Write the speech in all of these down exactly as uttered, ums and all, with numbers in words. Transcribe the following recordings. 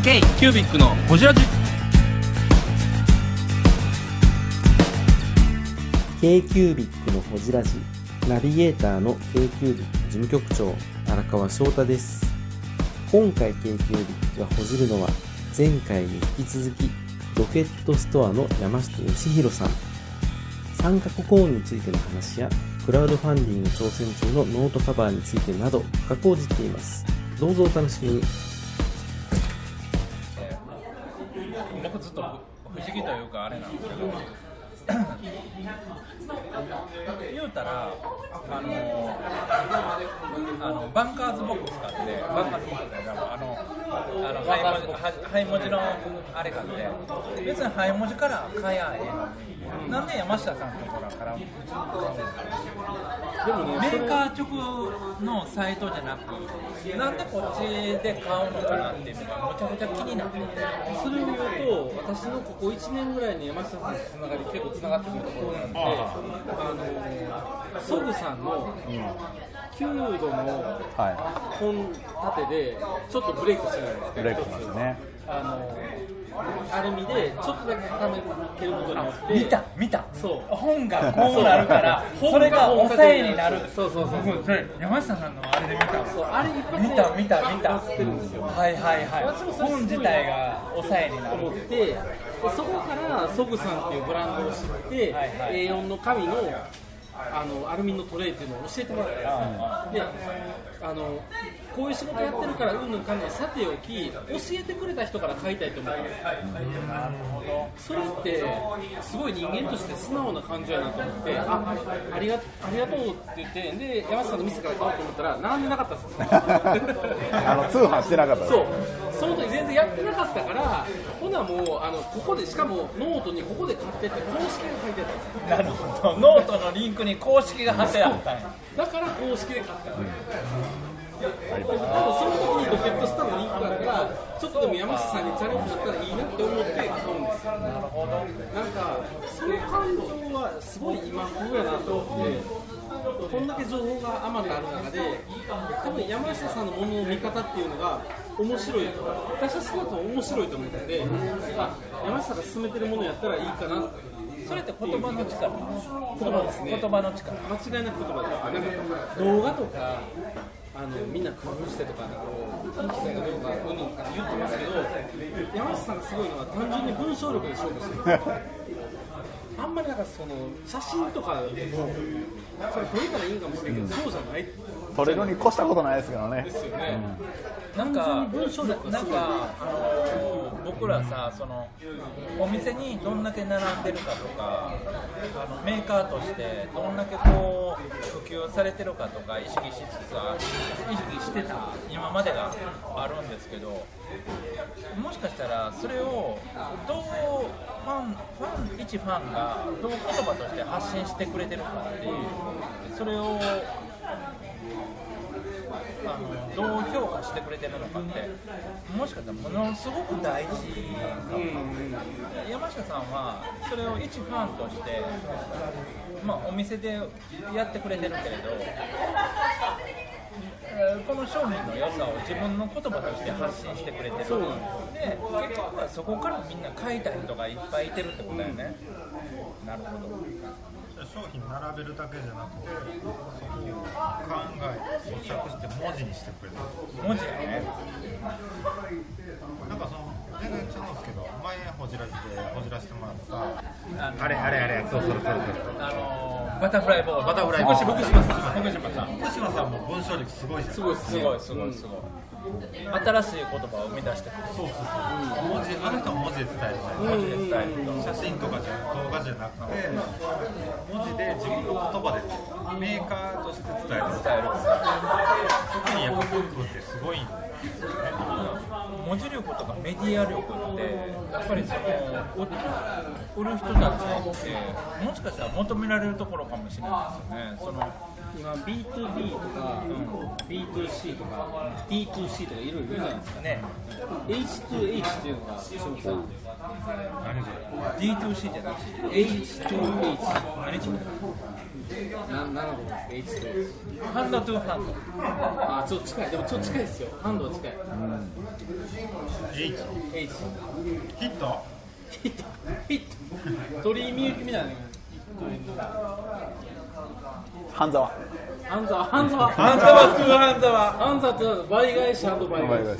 K キュービックのホジラジ K キュービックのホジラジナビゲーターの K キュービック事務局長荒川翔太です。今回 K キュービックがほじるのは前回に引き続きロケットストアの山下義弘さん、三角コーンについての話やクラウドファンディング挑戦中のノートカバーについてなど深く報じています。どうぞお楽しみに。 僕ずっと不思議というかあれなんですけど言うたらあのあのバンカーズボックス買ってバンカーズボックスであのあのハイ文字のあれ買って別にハイ文字から買やええのになんで山下さんのところから買うんですか。でもね、メーカー直のサイトじゃなくなんでこっちで買うのかなっていうのがむちゃくちゃ気になってて、 それを言うと私のここいちねんぐらいに山下さんとつながり結構つながってくるところがあって、あのソグさんのきゅうどの本立てでちょっとブレイクしてるんですけど、 ブレイクしますね。 あのアルミでちょっとだけ固めてることによって見た見たそう本がこうなるからそれが抑えになる。 そうそうそう僕それ山下さんのあれで見た。 そうあれ一発で見た見た見たってるんですよ。 はいはいはい。本自体が抑えになる思ってでそこからソグさんっていうブランドを知って、はいはい、エーよん の紙のあのアルミのトレイっていうのを教えてもらったんですよ。であのこういう仕事やってるからうんぬんかんぬんさておき教えてくれた人から買いたいと思ったんです。なるほど。それってすごい人間として素直な感情やなと思って、あ、ありが、ありがとうって言ってで山下さんの店から買おうと思ったら並んでなかったんですよ。 あの通販してなかった。 そうその時全然やってなかったからほなもうあのここでしかもノートにここで買ってって公式が書いてあったんですよ。 なるほど。ノートのリンクに公式が貼ってあったんや。 だから公式で買ったんですよ。多分その時にロケットスターのリンクがあったらちょっとでも山下さんにチャレンジだったらいいなって思って買うんですよ。 なるほど。 なんかその感情はすごい今風やなと思って、こんだけ情報があまたある中で多分山下さんのものの見方っていうのが面白いと私は少なくとも面白いと思ってて、あ、山下が進めてるものやったらいいかなって。 それって言葉の力。 言葉ですね。 言葉の力。 間違いなく言葉です。なんか動画とかあのみんな工夫してとか人気性がどうかうんぬんとか言ってますけど、山下さんがすごいのは単純に文章力で勝負してる。あんまりなんかその写真とかでもそれ撮れたらいいかもしれないけど、うん、そうじゃない。 撮れるに越したことないですけどね。 ですよね。 うん、なんか文章力なんかあの僕らさそのお店にどんだけ並んでるかとかあのメーカーとしてどんだけこう普及されてるかとか意識しつつは意識してた今までがあるんですけど、もしかしたらそれをどうファンファン一ファンがどう言葉として発信してくれてるかっていう、それをあのどう評価してくれてるのかってもしかしたらものすごく大事かも、うん、山下さんはそれを一ファンとして、まあ、お店でやってくれてるけれどこの商品の良さを自分の言葉として発信してくれてる。そうなんで結局はそこからみんな買いたい人がいっぱいいてるってことだよね。なるほど。 商品並べるだけじゃなくてそこを考えて咀嚼して文字にしてくれる。 文字やね。 なんかその全然違うんですけど前ほじらじでほじらせてもらったあのあれあれあれそうそうそうそうあのー、バタフライボードバタフライボード福島さん福島さん福島さんも文章力すごいじゃん。 すごいすごいすごいすごい、うん、新しい言葉を生み出してくる。 そうそうそう、うん、文字あの人は文字で伝える、 文字で伝える、 うん、写真とかじゃ動画じゃなくて文字で自分の言葉でメーカーとして伝える伝えるそこにやっぱ文ってすごいんですよね。 文字力とかメディア力ってやっぱりその売る人たちってもしかしたら求められるところかもしれないですよね。その今 ビーツービー とか、うん、ビーツーシー とか ディーツーシー とかいろいろいるじゃないですかね。 エイチツーエイチ っていうのが翔さん、 何それ ディーツーシー じゃなくてエイチツーエイチ何それななな号ですか H と H。 ハンドトゥーハンド。 あ、ちょっと近い。でもちょっと近いですよ。ハンドは近い。 H。 H。 ヒット？ ヒット。ヒット。鳥居みゆきみたいな。 半沢。 半沢。半沢。 半沢トゥー半沢。 半沢って何？倍返し倍返し。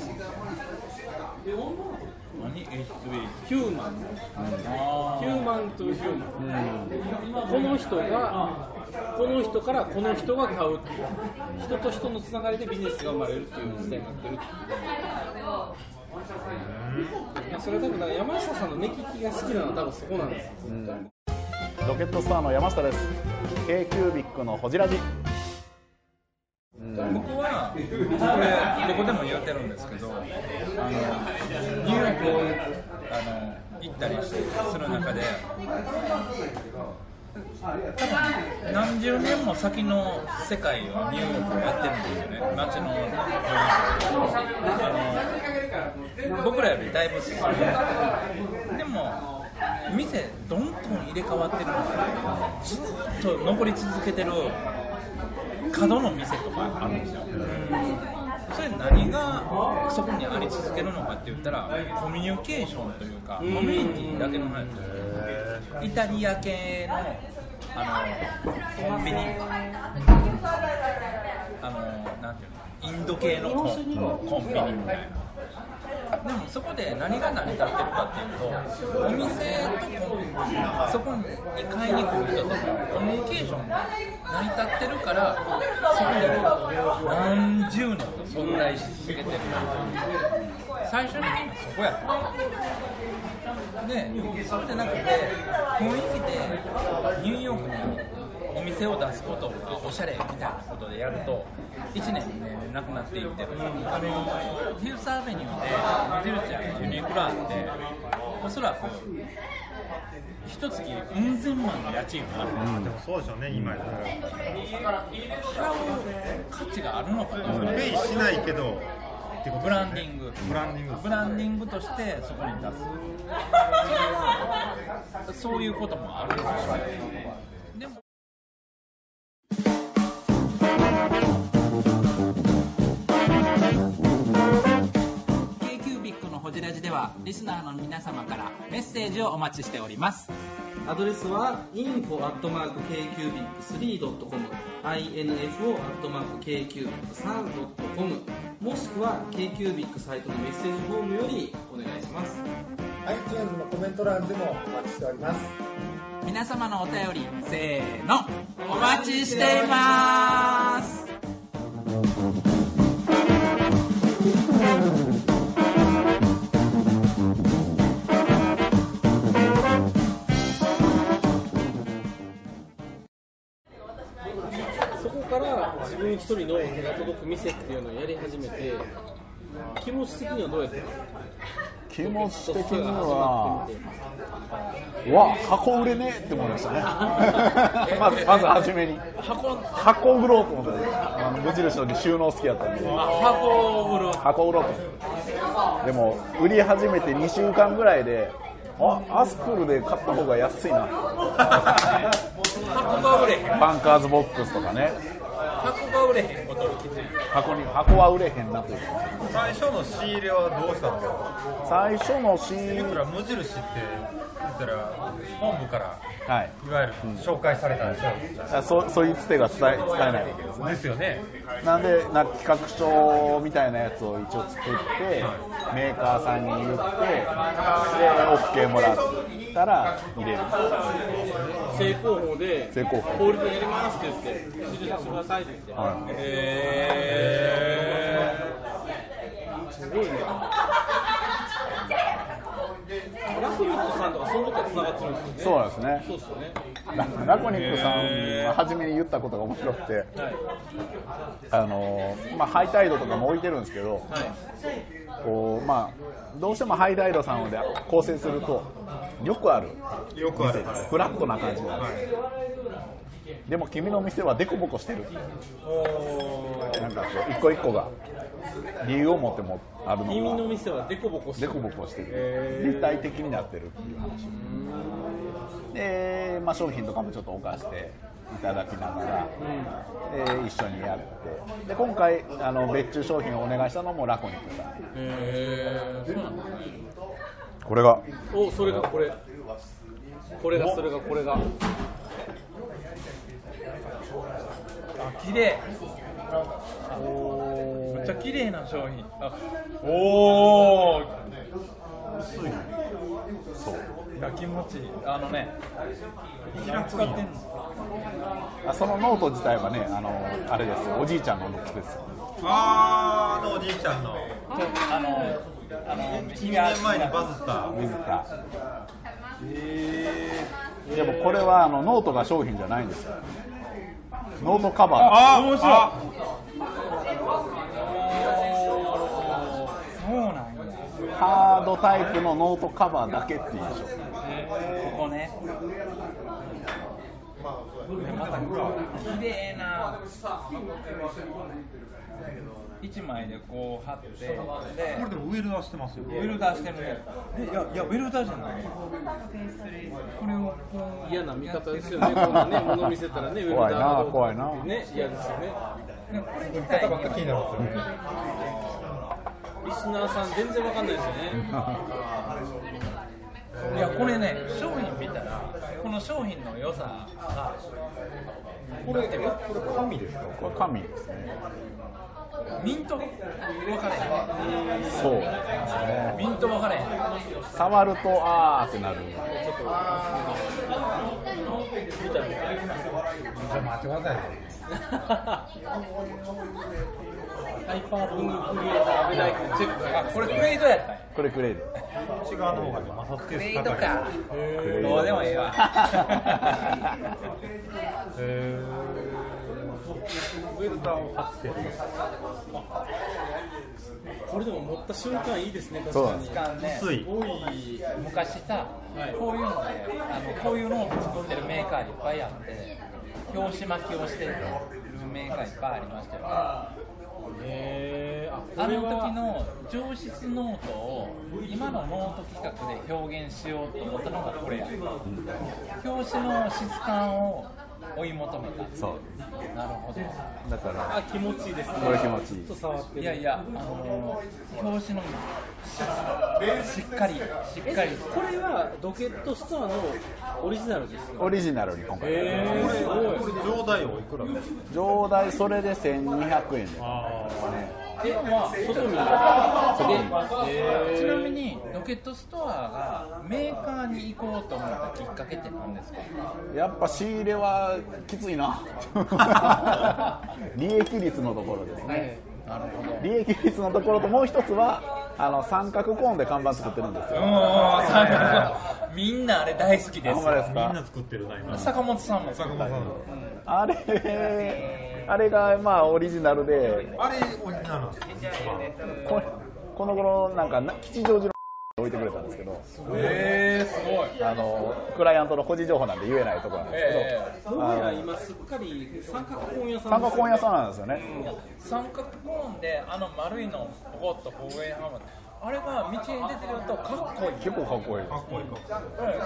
何 H と H？ ヒューマン。ヒューマンとヒューマン。この人がこの人からこの人が買うっていう人と人のつながりでビジネスが生まれるっていう時代になってる。それ多分山下さんの目利きが好きなのは多分そこなんです。 ロケットスターの山下です。K キュービックのホジラジ。 僕はこれどこでも言ってるんですけど、あのニューヨークをあの行ったりする中で、多分何十年も先の世界をニューヨークをやってるんですよね。街のあの僕らよりだいぶ進んで、でも店どんどん入れ替わってるのがずっと残り続けてる角の店とかあるんですよ。それ何がそこにあり続けるのかって言ったら、コミュニケーションというかコミュニティだけの話です。イタリア系のあのコンビニ、あのなんていうの、インド系のコン、コンビニみたいな。でもそこで何が成り立ってるかっていうと、お店とそこに買いに来る人とのコミュニケーションが成り立ってるから、そこで何十年と存在し続けてる。最初にそこやったで、そうじゃなくて雰囲気でニューヨークにお店を出すことがおしゃれみたいなことでやるといちねんにねんなくなっていってる。あのフィフスアベニューでフューチャーユニクロあって、おそらく一月うん千万の家賃があるんですよ、うん、 でもそうでしょうね、今やったら払う価値があるのかな、 うん、ペイしないけどブランディングブランディングブランディングとしてそこに出すそういうこともあるんですよね。でもホジラジではリスナーの皆様からメッセージをお待ちしております。 アドレスは インフォ アットマーク ケーキュービックスリー ドットコム インフォ アットマーク ケーキュービックスリー ドットコム もしくは K キュービックサイトのメッセージフォームよりお願いします。 iTunes のコメント欄でもお待ちしております。 皆様のお便りせーのお待ちしています。 自分一人の手が届く店っていうのをやり始めて、気持ち的にはどうやって気持ち的にはわ箱売れねって思いましたねまずまず初めに箱箱売ろうと思って、あの無印の時収納好きだったんで箱売ろう箱売ろうと思って、でも売り始めてにしゅうかんぐらいで、あ、アスクールで買った方が安いな箱が売れへん、 バンカーズボックスとかね、 箱が売れへんことに気づいて、 箱に箱は売れへんなという。 最初の仕入れはどうしたんですか。 最初の仕入れ言ったら無印って言ったら本部からはい、 いわゆる紹介されたんでしょ、 うん、そ, そういうつてが伝え、伝えないわけですね。 ですよね。 なんでな企画書みたいなやつを一応作って、はい、メーカーさんに言ってで オーケー もらったら入れる。 正攻法で正攻法法律でやりますって言って指示してくださいって言って、はい、 へーすごいね。ラコニックさんとかその時は繋がってるんですよね。 そうなんですね。 そうですよね。 ラコニックさんは初めに言ったことが面白くて、はい、あのまあハイタイドとかも置いてるんですけど、はい、こうまあどうしてもハイタイドさんで構成するとよくあるよくあるフラットな感じなんです、はい、でも君の店はデコボコしてる。なんかこう一個一個が理由を持ってもあるのが、 君の店はデコボコしてる、 デコボコしてる、立体的になってるっていう話で、まあ、商品とかもちょっとおかしてただきながら、うん、で一緒にやってで今回あの別注商品をお願いしたのもラコニックさん。 へー、 これがおそれがこれこれがそれがこれがあ綺麗めっちゃ綺麗な商品あおー薄いそういや気持ちいいあのね何使ってんのあそのノート自体はねあのあれですおじいちゃんのノートですあーあのおじいちゃんのあのあのいちねんまえにバズった水田へーでもこれはあのノートが商品じゃないんですよノートカバーああ面白いそうなんやハードタイプのノートカバーだけっていうでしょここねまた綺麗ないちまいでこう貼ってでこれでもウェルダーしてますよウェルダーしてるねでいやいやウェルダーじゃないこれをこう嫌な見方ですよねこんなね物見せたらねウェルダー怖いな怖いなね嫌ですよねこれ見たいばっか気になるんですよねリスナーさん全然わかんないですよねいやこれね商品見たらこの商品の良さがこれこれ紙ですかこれ紙ですねミント分かれへんそうですねミント分かれへん触るとあーってなるちょっと見たらじゃあ待ってくださいねハイパーリングクリエイター危ないチェックあこれクレイドやったんやこれクレイド内側の方がね摩擦ク係レイドかレイドどうでもいいわへーウェルダーを貼ってるこれでも持った瞬間いいですね確そうかに使うね薄い多い昔さ、こういうのであのこういうのを作ってるメーカーいっぱいあって表紙巻きをしてるメーカーいっぱいありましたよねへーああの時の上質ノートを今のノート企画で表現しようと思ったのがこれや、うん、表紙の質感を追い求めたそうなるほどだからあ気持ちいいですねこれ気持ちいいちょっと触ってるいやいや、あのー、表紙のしっかりしっかりこれはドケットストアのオリジナルですかオリジナルに今回へーすごいこれ上代をいくらですか上代それでせんにひゃくえんであえまあ外見でちなみにロケットストアがメーカーに行こうと思ったきっかけって何ですか？ やっぱ仕入れはきついな利益率のところですね、 なるほど利益率のところともう一つはあの三角コーンで看板作ってるんですよみんなあれ大好きですほんまですかみんな作ってるな今坂本さんも坂本さんのあれあれがまあオリジナルであれオリジナルなんですかここの頃なんか吉祥寺の置いてくれたんですけどえー、すごいあのクライアントの個人情報なんで言えないところなんですけど、 え僕ら今すっかり三角コーン屋さん三角コーン屋さんなんですよね、 ー、三角コーンであの丸いのポコッとこう上にはまってあれが道に出てるとかっこいい結構かっこいいかっこいいかっこ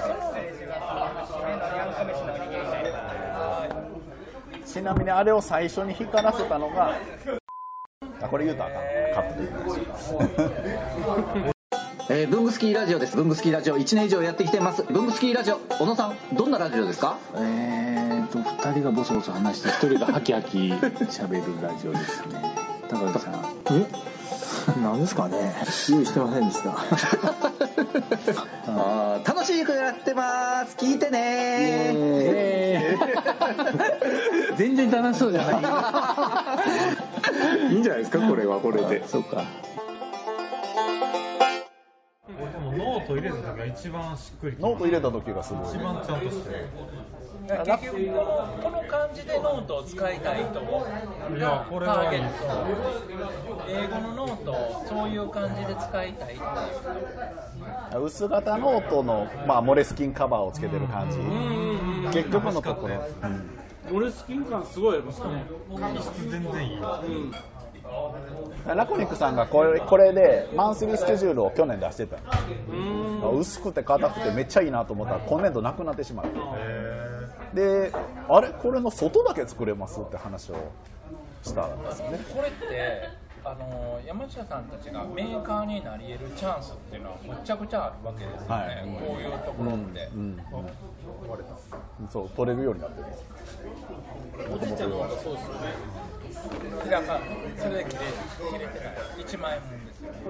いいちなみにあれを最初に光らせたのがあこれ言うたらあかんカットで言いましたえー、ブングスキーラジオです。ブングスキーラジオいちねん以上やってきてます。ブングスキーラジオ、小野さん、どんなラジオですか？ えーと、ふたりがボソボソ話して、ひとりがハキハキ喋るラジオですね。高橋さん。えなんですかね用意してませんでした。 あ楽しくやってます。聞いてねー。 全然楽しそうじゃない。いいんじゃないですか、これはこれで。そうか。 ノート入れた時が一番しっくりきノート入れた時がすごい一番ちゃんとしてる結局このこの感じでノートを使いたい人がいやこれターはゲット英語のノートをそういう感じで使いたいっていう薄型ノートの、まあ、モレスキンカバーをつけてる感じ結局のところ、 うん、モレスキン感すごいありますね紙質全然いい、うんラコニックさんがこれ、これでマンスリースケジュールを去年出してたんです。薄くて硬くてめっちゃいいなと思ったら今年度なくなってしまってであれこれの外だけ作れますって話をしたんですよね。 これってあの山下さんたちがメーカーになり得るチャンスっていうのはむちゃくちゃあるわけですよね、はい、こういうところって、うんうんうん、 そう取れるようになってるんです。 おじいちゃんの方がそうですよね。 開かそれで切れ切れてないいちまんえんもんですよね。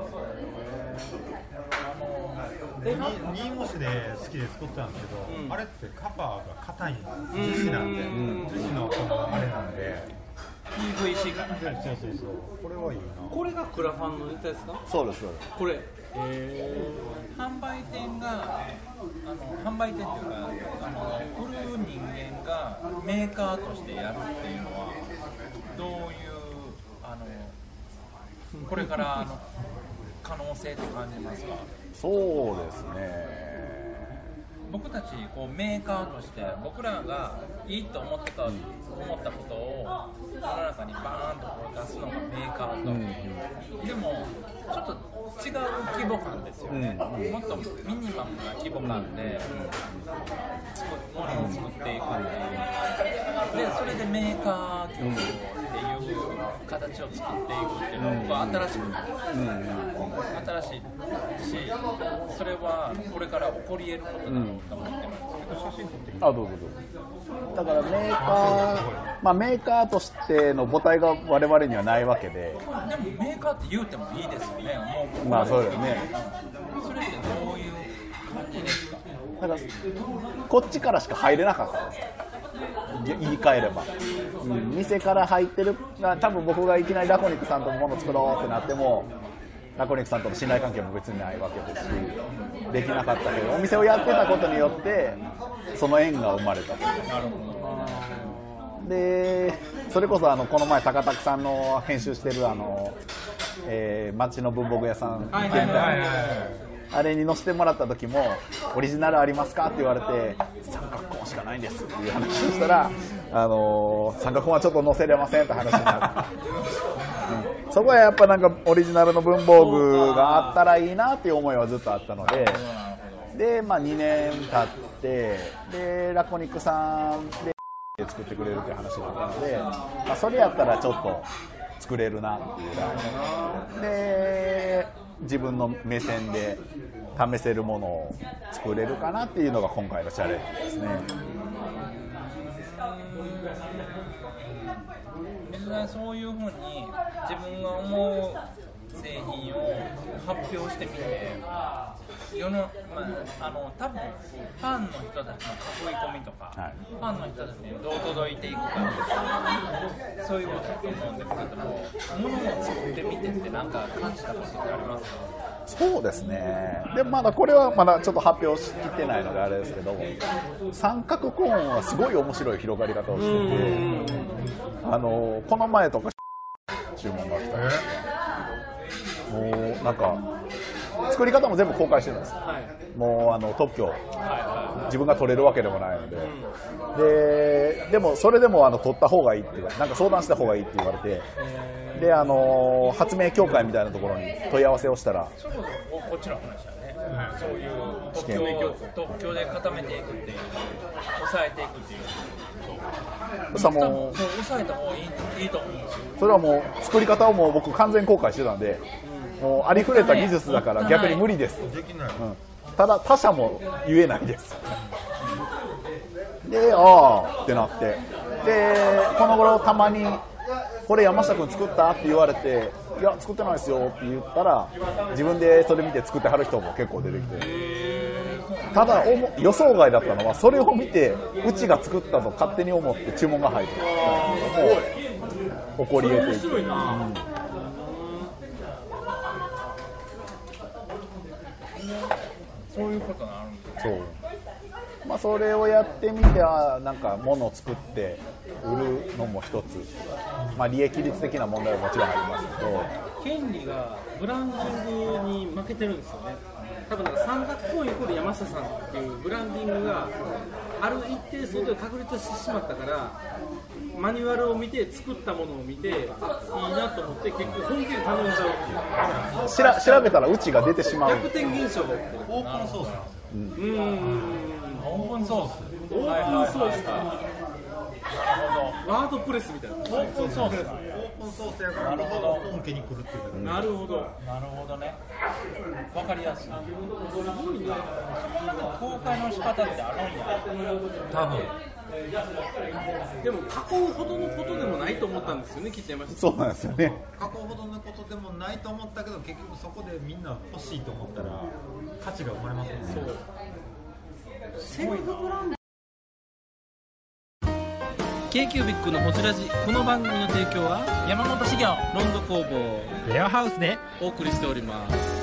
あので新模試で好きで作ったんですけど、うん、あれってカバーが硬い樹脂なんで、樹脂のこのあれなんでピーブイシー かな。 そうそうそう、これはいいな。 これがクラファンのネタですか？ そうですそうです。 これ、えー、販売店があの販売店というかあの売る人間がメーカーとしてやるっていうのはどういうあのこれからの可能性って感じますか？ そうですね。 僕たちこうメーカーとして僕らがいいと思ってた、うん、思ったことを世の中にバーンとこう出すのがメーカーと、うん、でもちょっと違う規模感ですよね、うん、もっとミニマムな規模感で、うん、ものを作っていくっていうでそれでメーカー業っていう形を作っていくっていうのは僕は新しく、うん、新しいしそれはこれから起こり得ることだろうと思ってます、うん、写真撮ってあ、どうぞどうぞ。だからメーカー、まあ、メーカーとしての母体が我々にはないわけで。でもメーカーって言うてもいいですよね。もうまあそうですね。 それってどういう感じですか？ だからこっちからしか入れなかったんですよ。言い換えれば、うん、店から入ってる多分僕がいきなりラコニックさんと物作ろうってなってもラコニックさんとの信頼関係も別にないわけですしできなかったけどお店をやってたことによってその縁が生まれたという。なるほど。でそれこそあのこの前高田さんの編集してるあの、えー、町の文房具屋さんみたいなあれに載せてもらった時もオリジナルありますかって言われて三角コーンしかないんですっていう話をしたら、あのー、三角コーンはちょっと載せれませんって話になって、うん、そこはやっぱなんかオリジナルの文房具があったらいいなっていう思いはずっとあったのでで、まあ、にねん経ってでラコニックさんで作ってくれるっていう話だったので、まあ、それやったらちょっと作れるなっていうで自分の目線で試せるものを作れるかなっていうのが今回のチャレンジですね。 実際そういうふうに自分が思う製品を発表してみて世の、まあ、あの多分ファンの人たちの囲い込みとか、はい、ファンの人たちにどう届いていくかってそういうことだと思うんですけども物を作ってみてって何か感じたことってありますか？ そうですね。でまだこれはまだちょっと発表しきってないのであれですけど三角コーンはすごい面白い広がり方をしててあのこの前とか注文が来たんですよ。もうなんか作り方も全部公開してるんです、はい、もうあの特許、はいはい、自分が取れるわけでもないので、うん、で, でもそれでもあの取った方がいいってなんか相談した方がいいって言われてであの発明協会みたいなところに問い合わせをしたらそうこっちの話だね、うん、そういう特許特許で固めていくっていう抑えていくっていうそしたらもう抑えた方がいい、いいと思うんですよ。 それはもう作り方をもう僕完全公開してたんでもうありふれた技術だから逆に無理です、うん、ただ他社も言えないですであーってなってでこの頃たまにこれ山下君作ったって言われていや作ってないですよって言ったら自分でそれ見て作ってはる人も結構出てきてただ予想外だったのはそれを見てうちが作ったと勝手に思って注文が入ってきたのも起こり得ていて、うん、 そういうことがあるんですね。 そう、まあ、それをやってみてはなんか物を作って売るのも一つ、まあ、利益率的な問題はもちろんありますけど権利がブランディングに負けてるんですよね。多分なんか三角コーンイコール山下さんっていうブランディングがある一定数で確立してしまったからマニュアルを見て作ったものを見てあいいなと思って結構本気で頼んじゃうっていう調べたらうちが出てしまう逆転現象が起きてる。 オープンソースなんですよ。 うんうんオープンソースオープンソースかワードプレスみたいな。 オープンソース。 オープンソースやからこそ本家に来るっていうか、 なるほどなるほどね。わかりやすい。公開の仕方ってあるんや。多分。 でも加工ほどのことでもないと思ったんですよね、きっと山下さん。 そうなんですよね。 加工ほどのことでもないと思ったけど、結局そこでみんな欲しいと思ったら価値が生まれますもんね。 そうセルフブランド k q b i c のホジラジ、この番組の提供は山本修行ロンド工房レアハウスでお送りしております。